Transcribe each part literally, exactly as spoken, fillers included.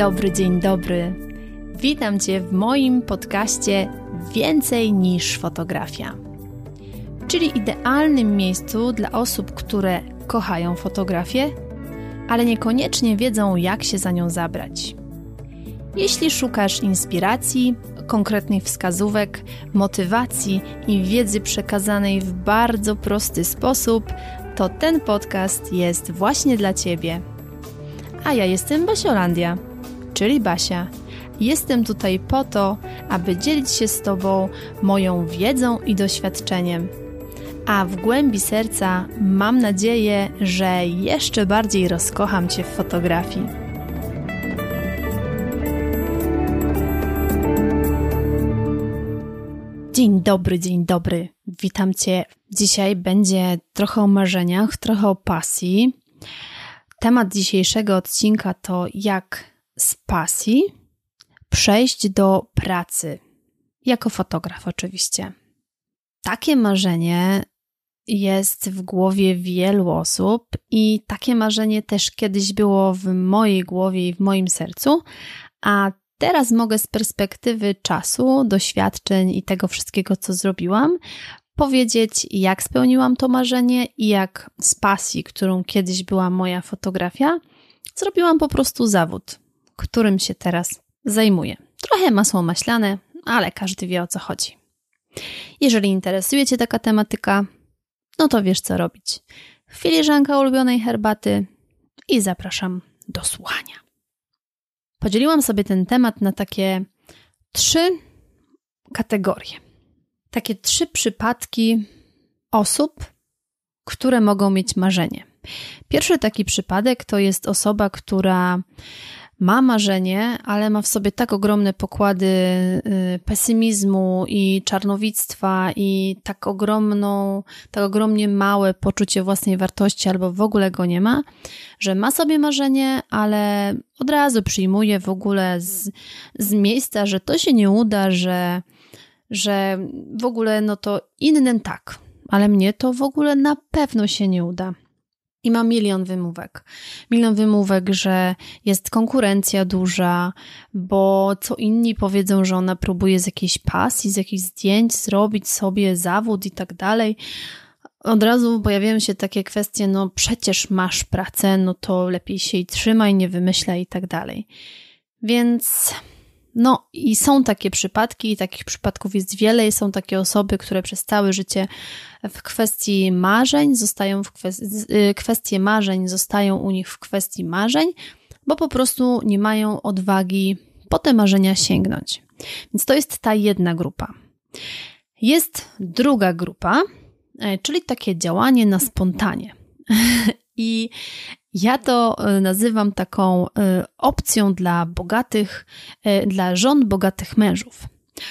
dobry, dzień dobry. Witam Cię w moim podcaście Więcej niż fotografia, czyli idealnym miejscu dla osób, które kochają fotografię, ale niekoniecznie wiedzą, jak się za nią zabrać. Jeśli szukasz inspiracji, konkretnych wskazówek, motywacji i wiedzy przekazanej w bardzo prosty sposób, to ten podcast jest właśnie dla Ciebie. A ja jestem Basiolandia, czyli Basia. Jestem tutaj po to, aby dzielić się z Tobą moją wiedzą i doświadczeniem. A w głębi serca mam nadzieję, że jeszcze bardziej rozkocham Cię w fotografii. Dzień dobry, dzień dobry. Witam Cię. Dzisiaj będzie trochę o marzeniach, trochę o pasji. Temat dzisiejszego odcinka to jak z pasji przejść do pracy. Jako fotograf oczywiście. Takie marzenie jest w głowie wielu osób i takie marzenie też kiedyś było w mojej głowie i w moim sercu, a teraz mogę z perspektywy czasu, doświadczeń i tego wszystkiego, co zrobiłam, powiedzieć, jak spełniłam to marzenie i jak z pasji, którą kiedyś była moja fotografia, zrobiłam po prostu zawód, którym się teraz zajmuję. Trochę masło maślane, ale każdy wie, o co chodzi. Jeżeli interesuje Cię taka tematyka, no to wiesz, co robić. Filiżanka ulubionej herbaty i zapraszam do słuchania. Podzieliłam sobie ten temat na takie trzy kategorie. Takie trzy przypadki osób, które mogą mieć marzenie. Pierwszy taki przypadek to jest osoba, która ma marzenie, ale ma w sobie tak ogromne pokłady pesymizmu i czarnowictwa i tak ogromną, tak ogromnie małe poczucie własnej wartości albo w ogóle go nie ma, że ma sobie marzenie, ale od razu przyjmuje w ogóle z, z miejsca, że to się nie uda, że, że w ogóle no to innym tak, ale mnie to w ogóle na pewno się nie uda. I ma milion wymówek. Milion wymówek, że jest konkurencja duża, bo co inni powiedzą, że ona próbuje z jakiejś pasji, z jakichś zdjęć zrobić sobie zawód i tak dalej. Od razu pojawiają się takie kwestie, no przecież masz pracę, no to lepiej się jej trzymaj, nie wymyślaj i tak dalej. Więc no i są takie przypadki i takich przypadków jest wiele i są takie osoby, które przez całe życie w kwestii marzeń zostają w kwestii, kwestie marzeń zostają u nich w kwestii marzeń, bo po prostu nie mają odwagi po te marzenia sięgnąć. Więc to jest ta jedna grupa. Jest druga grupa, czyli takie działanie na spontanie. I ja to nazywam taką opcją dla bogatych, dla żon bogatych mężów.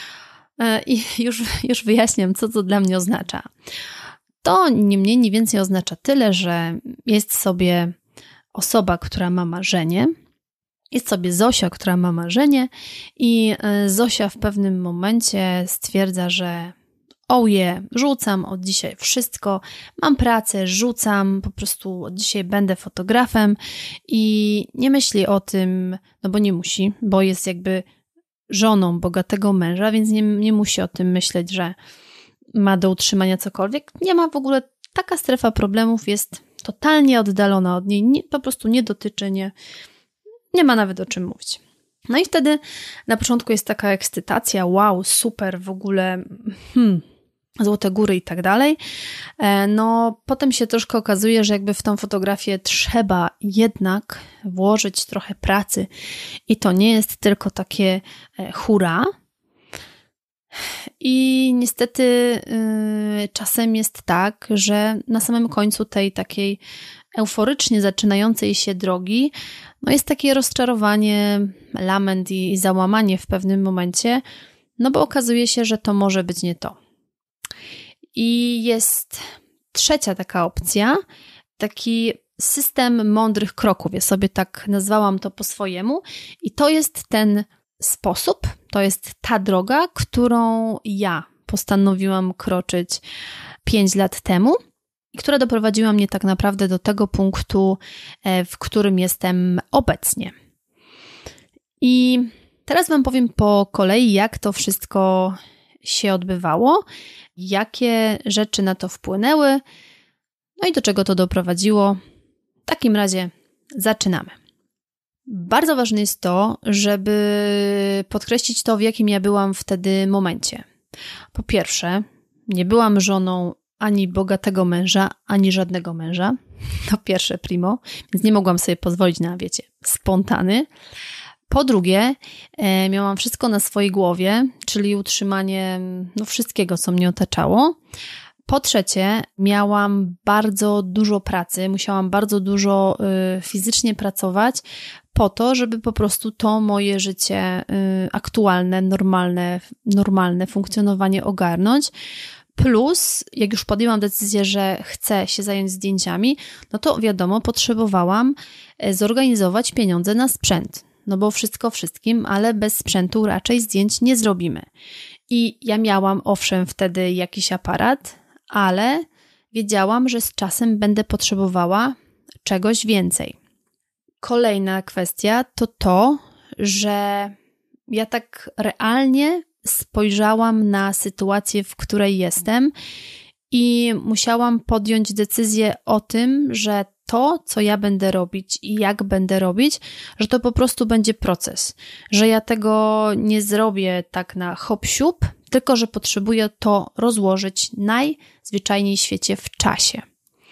I już, już wyjaśniam, co to dla mnie oznacza. To nie mniej, nie więcej oznacza tyle, że jest sobie osoba, która ma marzenie, jest sobie Zosia, która ma marzenie i Zosia w pewnym momencie stwierdza, że oje, rzucam od dzisiaj wszystko, mam pracę, rzucam, po prostu od dzisiaj będę fotografem i nie myśli o tym, no bo nie musi, bo jest jakby żoną bogatego męża, więc nie, nie musi o tym myśleć, że ma do utrzymania cokolwiek. Nie ma w ogóle, taka strefa problemów jest totalnie oddalona od niej, nie, po prostu nie dotyczy, nie, nie ma nawet o czym mówić. No i wtedy na początku jest taka ekscytacja, wow, super, w ogóle hmm, złote góry i tak dalej. No potem się troszkę okazuje, że jakby w tą fotografię trzeba jednak włożyć trochę pracy i to nie jest tylko takie hura. I niestety yy, czasem jest tak, że na samym końcu tej takiej euforycznie zaczynającej się drogi no jest takie rozczarowanie, lament i, i załamanie w pewnym momencie, no bo okazuje się, że to może być nie to. I jest trzecia taka opcja, taki system mądrych kroków. Ja sobie tak nazwałam to po swojemu i to jest ten sposób, to jest ta droga, którą ja postanowiłam kroczyć pięć lat temu i która doprowadziła mnie tak naprawdę do tego punktu, w którym jestem obecnie. I teraz Wam powiem po kolei, jak to wszystko się odbywało, jakie rzeczy na to wpłynęły, no i do czego to doprowadziło. W takim razie zaczynamy. Bardzo ważne jest to, żeby podkreślić to, w jakim ja byłam wtedy momencie. Po pierwsze, nie byłam żoną ani bogatego męża, ani żadnego męża. To pierwsze primo, więc nie mogłam sobie pozwolić na, wiecie, spontany. Po drugie, e, miałam wszystko na swojej głowie, czyli utrzymanie no, wszystkiego, co mnie otaczało. Po trzecie, miałam bardzo dużo pracy, musiałam bardzo dużo y, fizycznie pracować po to, żeby po prostu to moje życie y, aktualne, normalne, normalne funkcjonowanie ogarnąć. Plus, jak już podjęłam decyzję, że chcę się zająć zdjęciami, no to wiadomo, potrzebowałam zorganizować pieniądze na sprzęt. No bo wszystko wszystkim, ale bez sprzętu raczej zdjęć nie zrobimy. I ja miałam owszem wtedy jakiś aparat, ale wiedziałam, że z czasem będę potrzebowała czegoś więcej. Kolejna kwestia to to, że ja tak realnie spojrzałam na sytuację, w której jestem i musiałam podjąć decyzję o tym, że to, co ja będę robić i jak będę robić, że to po prostu będzie proces, że ja tego nie zrobię tak na hop-siup, tylko że potrzebuję to rozłożyć najzwyczajniej w świecie w czasie.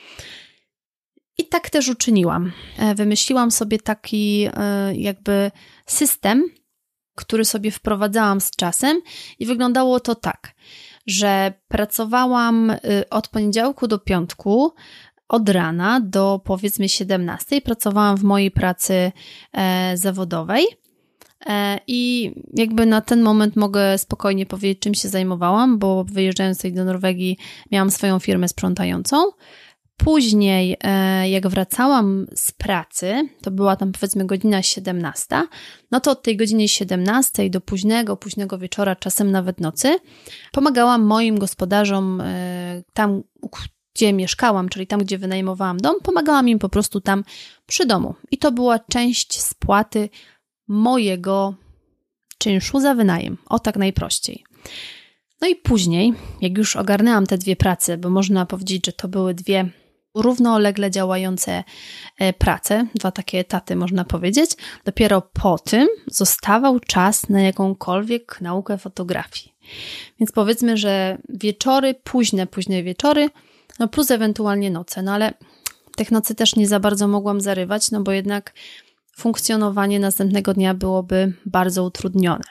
I tak też uczyniłam. Wymyśliłam sobie taki jakby system, który sobie wprowadzałam z czasem i wyglądało to tak, że pracowałam od poniedziałku do piątku, od rana do powiedzmy siedemnastej, pracowałam w mojej pracy e, zawodowej e, i jakby na ten moment mogę spokojnie powiedzieć, czym się zajmowałam, bo wyjeżdżając tutaj do Norwegii miałam swoją firmę sprzątającą. Później, e, jak wracałam z pracy, to była tam powiedzmy godzina siedemnasta, no to od tej godziny siedemnastej do późnego, późnego wieczora, czasem nawet nocy, pomagałam moim gospodarzom e, tam, gdzie mieszkałam, czyli tam, gdzie wynajmowałam dom, pomagałam im po prostu tam przy domu. I to była część spłaty mojego czynszu za wynajem. O tak najprościej. No i później, jak już ogarnęłam te dwie prace, bo można powiedzieć, że to były dwie równolegle działające prace, dwa takie etaty można powiedzieć, dopiero po tym zostawał czas na jakąkolwiek naukę fotografii. Więc powiedzmy, że wieczory, późne, późne wieczory, no plus ewentualnie noce, no ale tych nocy też nie za bardzo mogłam zarywać, no bo jednak funkcjonowanie następnego dnia byłoby bardzo utrudnione.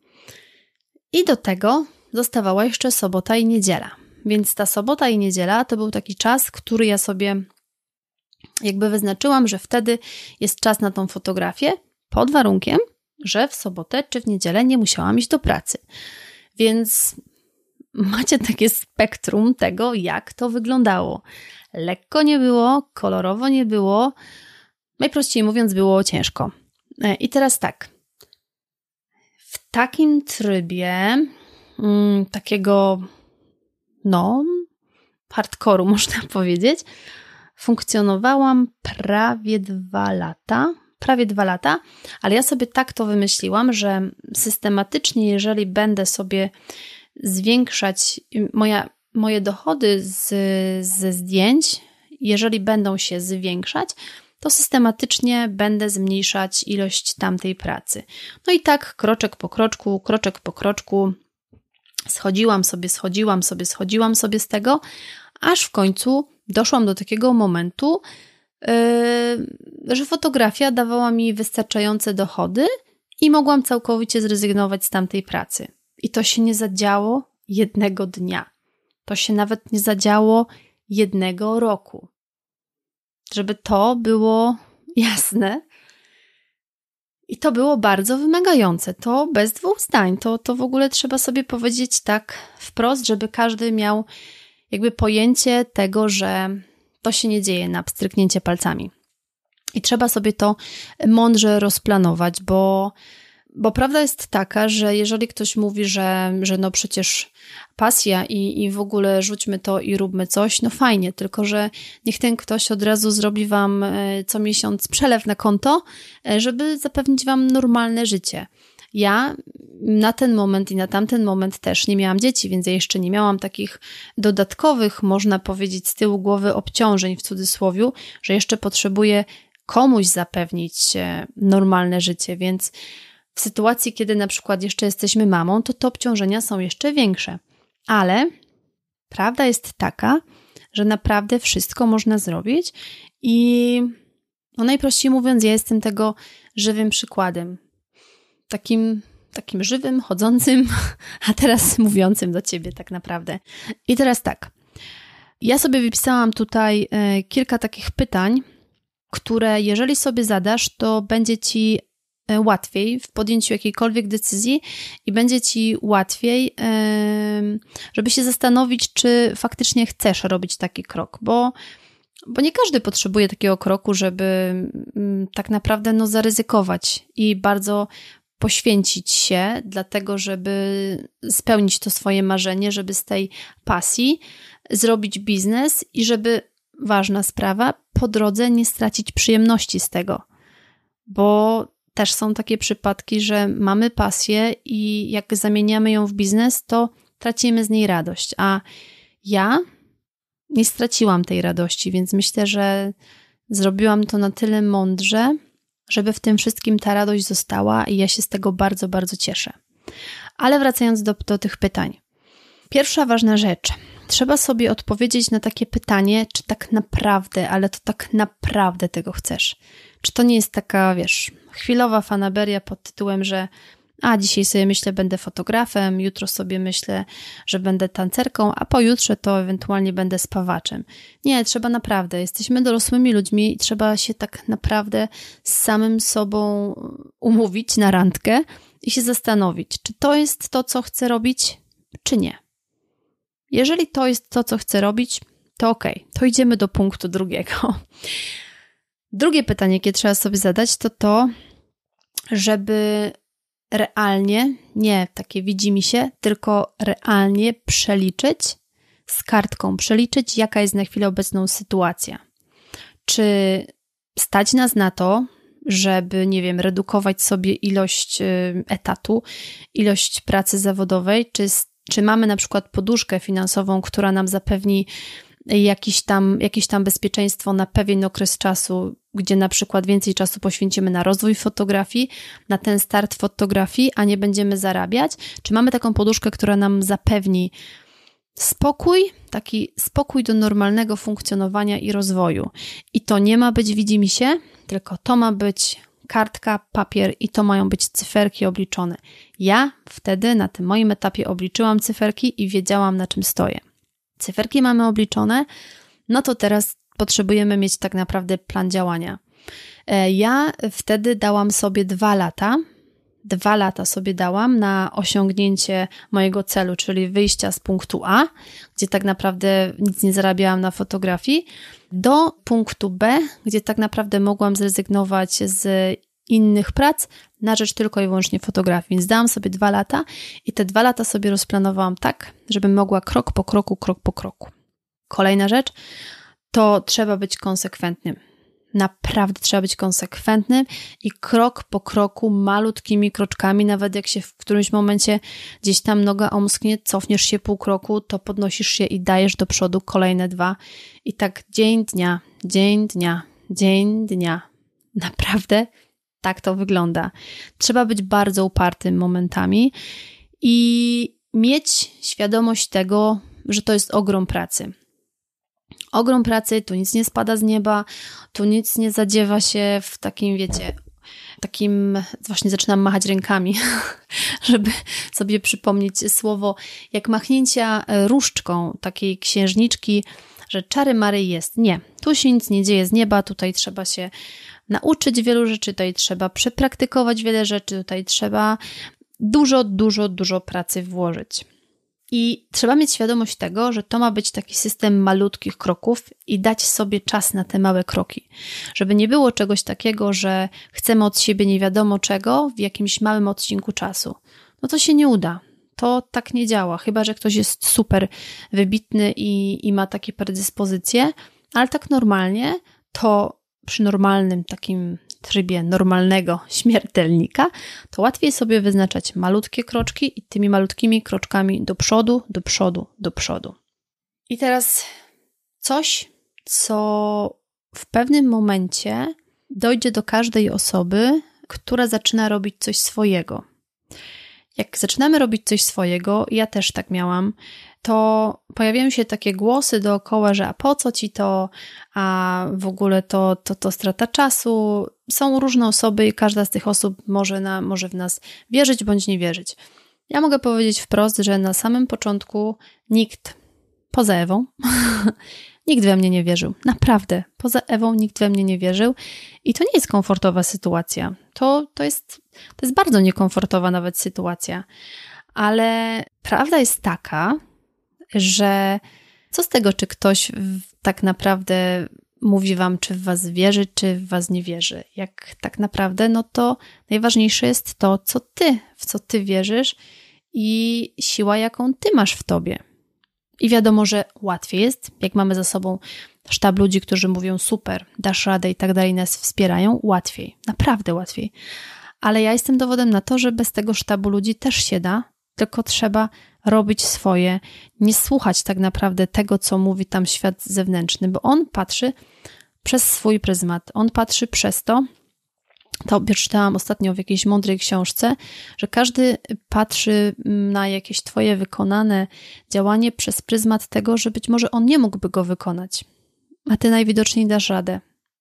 I do tego zostawała jeszcze sobota i niedziela. Więc ta sobota i niedziela to był taki czas, który ja sobie jakby wyznaczyłam, że wtedy jest czas na tą fotografię, pod warunkiem, że w sobotę czy w niedzielę nie musiałam iść do pracy. Więc macie takie spektrum tego, jak to wyglądało. Lekko nie było, kolorowo nie było, najprościej mówiąc było ciężko. I teraz tak, w takim trybie mm, takiego no, hardkoru można powiedzieć, funkcjonowałam prawie dwa lata, prawie dwa lata, ale ja sobie tak to wymyśliłam, że systematycznie, jeżeli będę sobie zwiększać moja, moje dochody z, ze zdjęć, jeżeli będą się zwiększać, to systematycznie będę zmniejszać ilość tamtej pracy. No i tak kroczek po kroczku, kroczek po kroczku schodziłam sobie, schodziłam sobie, schodziłam sobie z tego, aż w końcu doszłam do takiego momentu, yy, że fotografia dawała mi wystarczające dochody i mogłam całkowicie zrezygnować z tamtej pracy. I to się nie zadziało jednego dnia. To się nawet nie zadziało jednego roku. Żeby to było jasne. I to było bardzo wymagające. To bez dwóch zdań. To, to w ogóle trzeba sobie powiedzieć tak wprost, żeby każdy miał jakby pojęcie tego, że to się nie dzieje na pstryknięcie palcami. I trzeba sobie to mądrze rozplanować, bo Bo prawda jest taka, że jeżeli ktoś mówi, że, że no przecież pasja i, i w ogóle rzućmy to i róbmy coś, no fajnie, tylko że niech ten ktoś od razu zrobi wam co miesiąc przelew na konto, żeby zapewnić wam normalne życie. Ja na ten moment i na tamten moment też nie miałam dzieci, więc ja jeszcze nie miałam takich dodatkowych, można powiedzieć, z tyłu głowy obciążeń w cudzysłowiu, że jeszcze potrzebuję komuś zapewnić normalne życie, więc w sytuacji, kiedy na przykład jeszcze jesteśmy mamą, to te obciążenia są jeszcze większe. Ale prawda jest taka, że naprawdę wszystko można zrobić i no najprościej mówiąc, ja jestem tego żywym przykładem. Takim, takim żywym, chodzącym, a teraz mówiącym do ciebie tak naprawdę. I teraz tak, ja sobie wypisałam tutaj y, kilka takich pytań, które jeżeli sobie zadasz, to będzie ci łatwiej w podjęciu jakiejkolwiek decyzji i będzie ci łatwiej, żeby się zastanowić, czy faktycznie chcesz robić taki krok, bo, bo nie każdy potrzebuje takiego kroku, żeby tak naprawdę no, zaryzykować i bardzo poświęcić się dlatego, żeby spełnić to swoje marzenie, żeby z tej pasji zrobić biznes i żeby, ważna sprawa, po drodze nie stracić przyjemności z tego, bo też są takie przypadki, że mamy pasję i jak zamieniamy ją w biznes, to tracimy z niej radość. A ja nie straciłam tej radości, więc myślę, że zrobiłam to na tyle mądrze, żeby w tym wszystkim ta radość została i ja się z tego bardzo, bardzo cieszę. Ale wracając do, do tych pytań. Pierwsza ważna rzecz. Trzeba sobie odpowiedzieć na takie pytanie, czy tak naprawdę, ale to tak naprawdę tego chcesz. Czy to nie jest taka, wiesz, chwilowa fanaberia pod tytułem, że a dzisiaj sobie myślę, będę fotografem, jutro sobie myślę, że będę tancerką, a pojutrze to ewentualnie będę spawaczem. Nie, trzeba naprawdę. Jesteśmy dorosłymi ludźmi i trzeba się tak naprawdę z samym sobą umówić na randkę i się zastanowić, czy to jest to, co chcę robić, czy nie. Jeżeli to jest to, co chcę robić, to okej, to idziemy do punktu drugiego. Drugie pytanie, jakie trzeba sobie zadać, to to, żeby realnie, nie takie widzi mi się, tylko realnie przeliczyć z kartką, przeliczyć, jaka jest na chwilę obecną sytuacja. Czy stać nas na to, żeby, nie wiem, redukować sobie ilość etatu, ilość pracy zawodowej, czy, czy mamy na przykład poduszkę finansową, która nam zapewni Jakiś tam, jakieś tam bezpieczeństwo na pewien okres czasu, gdzie na przykład więcej czasu poświęcimy na rozwój fotografii, na ten start fotografii, a nie będziemy zarabiać? Czy mamy taką poduszkę, która nam zapewni spokój, taki spokój do normalnego funkcjonowania i rozwoju? I to nie ma być widzimisię, tylko to ma być kartka, papier i to mają być cyferki obliczone. Ja wtedy na tym moim etapie obliczyłam cyferki i wiedziałam, na czym stoję. Cyferki mamy obliczone, no to teraz potrzebujemy mieć tak naprawdę plan działania. Ja wtedy dałam sobie dwa lata, dwa lata sobie dałam na osiągnięcie mojego celu, czyli wyjścia z punktu A, gdzie tak naprawdę nic nie zarabiałam na fotografii, do punktu B, gdzie tak naprawdę mogłam zrezygnować z innych prac na rzecz tylko i wyłącznie fotografii. Więc dałam sobie dwa lata i te dwa lata sobie rozplanowałam tak, żebym mogła krok po kroku, krok po kroku. Kolejna rzecz, to trzeba być konsekwentnym. Naprawdę trzeba być konsekwentnym i krok po kroku, malutkimi kroczkami, nawet jak się w którymś momencie gdzieś tam noga omsknie, cofniesz się pół kroku, to podnosisz się i dajesz do przodu kolejne dwa. I tak dzień dnia, dzień dnia, dzień dnia. Naprawdę tak to wygląda. Trzeba być bardzo upartym momentami i mieć świadomość tego, że to jest ogrom pracy. Ogrom pracy, tu nic nie spada z nieba, tu nic nie zadziewa się w takim, wiecie, takim, właśnie zaczynam machać rękami, żeby sobie przypomnieć słowo, jak machnięcia różdżką takiej księżniczki, że czary mary jest. Nie, tu się nic nie dzieje z nieba, tutaj trzeba się nauczyć wielu rzeczy, tutaj trzeba przepraktykować wiele rzeczy, tutaj trzeba dużo, dużo, dużo pracy włożyć. I trzeba mieć świadomość tego, że to ma być taki system malutkich kroków i dać sobie czas na te małe kroki. Żeby nie było czegoś takiego, że chcemy od siebie nie wiadomo czego w jakimś małym odcinku czasu. No to się nie uda. To tak nie działa, chyba że ktoś jest super wybitny i, i ma takie predyspozycje, ale tak normalnie to przy normalnym takim trybie normalnego śmiertelnika, to łatwiej sobie wyznaczać malutkie kroczki i tymi malutkimi kroczkami do przodu, do przodu, do przodu. I teraz coś, co w pewnym momencie dojdzie do każdej osoby, która zaczyna robić coś swojego. Jak zaczynamy robić coś swojego, ja też tak miałam, to pojawiają się takie głosy dookoła, że a po co ci to, a w ogóle to, to, to strata czasu. Są różne osoby i każda z tych osób może, na, może w nas wierzyć bądź nie wierzyć. Ja mogę powiedzieć wprost, że na samym początku nikt, poza Ewą, nikt we mnie nie wierzył. Naprawdę, poza Ewą nikt we mnie nie wierzył i to nie jest komfortowa sytuacja. To, to, jest, to jest bardzo niekomfortowa nawet sytuacja. Ale prawda jest taka, że co z tego, czy ktoś tak naprawdę mówi wam, czy w was wierzy, czy w was nie wierzy. Jak tak naprawdę, no to najważniejsze jest to, co ty, w co ty wierzysz i siła, jaką ty masz w tobie. I wiadomo, że łatwiej jest, jak mamy za sobą sztab ludzi, którzy mówią super, dasz radę i tak dalej, nas wspierają, łatwiej, naprawdę łatwiej. Ale ja jestem dowodem na to, że bez tego sztabu ludzi też się da, tylko trzeba robić swoje, nie słuchać tak naprawdę tego, co mówi tam świat zewnętrzny, bo on patrzy przez swój pryzmat, on patrzy przez to, to przeczytałam ostatnio w jakiejś mądrej książce, że każdy patrzy na jakieś twoje wykonane działanie przez pryzmat tego, że być może on nie mógłby go wykonać, a ty najwidoczniej dasz radę.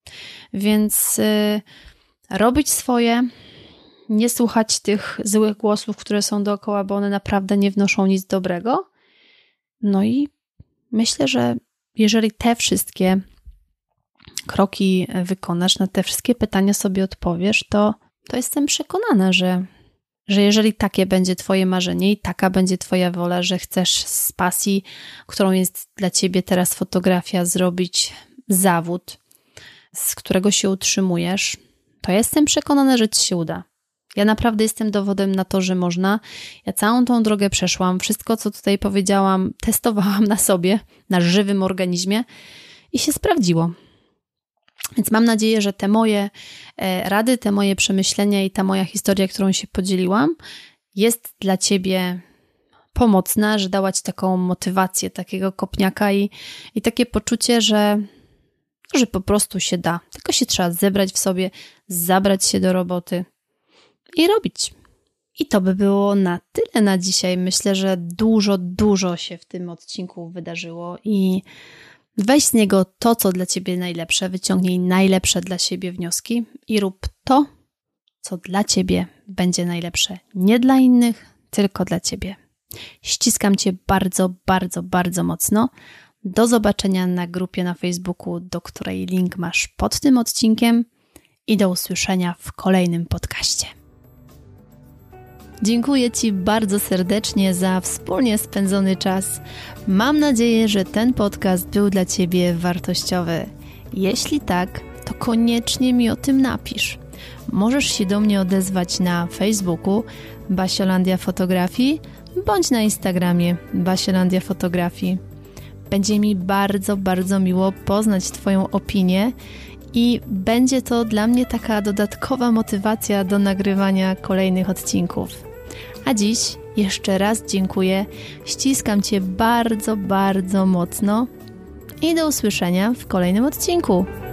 Więc y, robić swoje, nie słuchać tych złych głosów, które są dookoła, bo one naprawdę nie wnoszą nic dobrego. No i myślę, że jeżeli te wszystkie kroki wykonasz, na te wszystkie pytania sobie odpowiesz, to, to jestem przekonana, że, że jeżeli takie będzie twoje marzenie i taka będzie twoja wola, że chcesz z pasji, którą jest dla ciebie teraz fotografia, zrobić zawód, z którego się utrzymujesz, to jestem przekonana, że ci się uda. Ja naprawdę jestem dowodem na to, że można. Ja całą tą drogę przeszłam. Wszystko, co tutaj powiedziałam, testowałam na sobie, na żywym organizmie i się sprawdziło. Więc mam nadzieję, że te moje rady, te moje przemyślenia i ta moja historia, którą się podzieliłam, jest dla ciebie pomocna, że dała ci taką motywację, takiego kopniaka i, i takie poczucie, że, że po prostu się da. Tylko się trzeba zebrać w sobie, zabrać się do roboty i robić. I to by było na tyle na dzisiaj. Myślę, że dużo, dużo się w tym odcinku wydarzyło i weź z niego to, co dla ciebie najlepsze, wyciągnij najlepsze dla siebie wnioski i rób to, co dla ciebie będzie najlepsze. Nie dla innych, tylko dla ciebie. Ściskam cię bardzo, bardzo, bardzo mocno. Do zobaczenia na grupie na Facebooku, do której link masz pod tym odcinkiem i do usłyszenia w kolejnym podcaście. Dziękuję ci bardzo serdecznie za wspólnie spędzony czas. Mam nadzieję, że ten podcast był dla ciebie wartościowy. Jeśli tak, to koniecznie mi o tym napisz. Możesz się do mnie odezwać na Facebooku Basiolandia Fotografii bądź na Instagramie Basiolandia Fotografii. Będzie mi bardzo, bardzo miło poznać twoją opinię i będzie to dla mnie taka dodatkowa motywacja do nagrywania kolejnych odcinków. A dziś jeszcze raz dziękuję, ściskam cię bardzo, bardzo mocno i do usłyszenia w kolejnym odcinku.